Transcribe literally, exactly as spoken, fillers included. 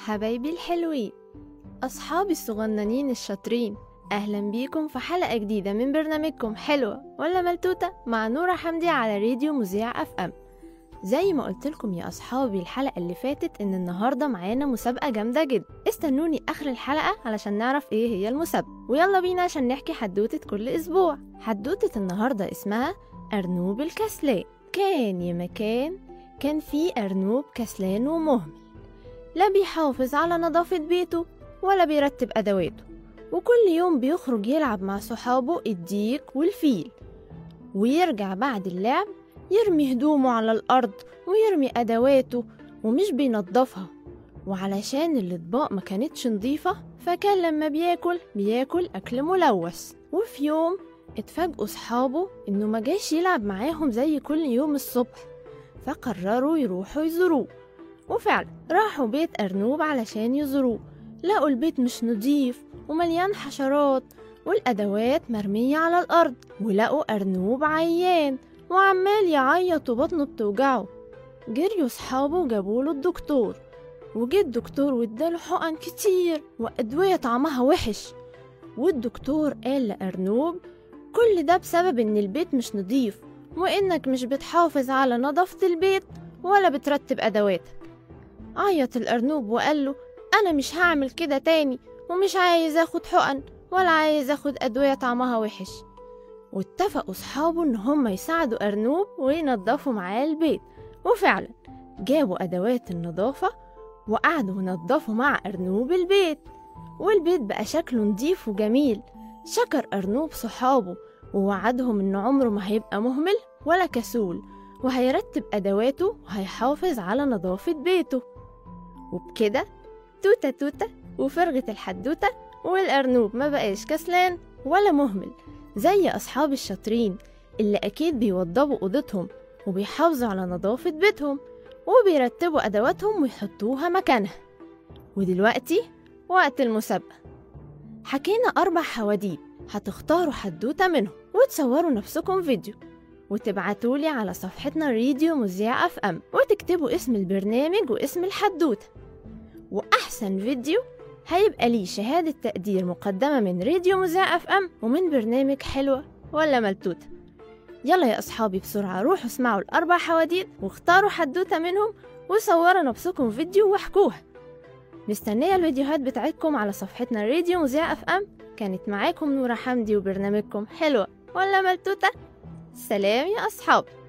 حبايبي الحلوين، أصحابي الصغننين الشاطرين، أهلا بيكم في حلقة جديدة من برنامجكم حلوة ولا ملتوتة مع نورة حمدي على راديو مذيع اف ام. زي ما قلتلكم يا أصحابي الحلقة اللي فاتت إن النهاردة معانا مسابقة جامدة جدا. استنوني آخر الحلقة علشان نعرف إيه هي المسابقة، ويلا بينا عشان نحكي حدوتة كل أسبوع. حدوتة النهاردة اسمها أرنوب الكسلان. كان يا مكان كان في أرنوب كسلان ومهمل، لا بيحافظ على نظافة بيته ولا بيرتب أدواته، وكل يوم بيخرج يلعب مع صحابه الديك والفيل، ويرجع بعد اللعب يرمي هدومه على الأرض ويرمي أدواته ومش بينضفها. وعلشان الأطباق ما كانتش نظيفة فكان لما بياكل بياكل أكل ملوث. وفي يوم اتفاجئوا صحابه إنه ما جاش يلعب معاهم زي كل يوم الصبح، فقرروا يروحوا يزوروه. وفعلا راحوا بيت أرنوب علشان يزوروه، لقوا البيت مش نظيف ومليان حشرات والأدوات مرمية على الأرض، ولقوا أرنوب عيان وعمال يعيط وبطنه بتوجعه. جريوا صحابه وجابوله الدكتور، وجه الدكتور واداله حقن كتير وأدوية طعمها وحش. والدكتور قال لأرنوب كل ده بسبب إن البيت مش نظيف وإنك مش بتحافظ على نظافة البيت ولا بترتب أدواتك. عيط الأرنوب وقال له أنا مش هعمل كده تاني، ومش عايز أخد حقن ولا عايز أخد أدوية طعمها وحش. واتفقوا صحابه إن هم يساعدوا أرنوب وينظفوا معاه البيت، وفعلا جابوا أدوات النظافة وقعدوا ينظفوا مع أرنوب البيت، والبيت بقى شكله نظيف وجميل. شكر أرنوب صحابه ووعدهم إن عمره ما هيبقى مهمل ولا كسول، وهيرتب أدواته وهيحافظ على نظافة بيته. وبكده توتة توتة وفرغت الحدوتة، والأرنوب ما بقاش كسلان ولا مهمل زي أصحاب الشاطرين اللي أكيد بيوضبوا أوضتهم وبيحافظوا على نظافة بيتهم وبيرتبوا أدواتهم ويحطوها مكانها. ودلوقتي وقت المسابقة. حكينا أربع حواديت، هتختاروا حدوتة منهم وتصوروا نفسكم فيديو وتبعتولي على صفحتنا راديو مذيع اف ام، وتكتبوا اسم البرنامج واسم الحدوتة، وأحسن فيديو هيبقى ليه شهادة تقدير مقدمة من راديو مذيع اف ام ومن برنامج حلوة ولا ملتوتة. يلا يا أصحابي بسرعة روحوا اسمعوا الأربع حواديت واختاروا حدوتة منهم وصوروا نفسكم فيديو واحكوها. مستنية الفيديوهات بتاعتكم على صفحتنا راديو مذيع اف ام. كانت معاكم نورة حمدي وبرنامجكم حلوة ولا ملتوتة. سلام يا أصحابي.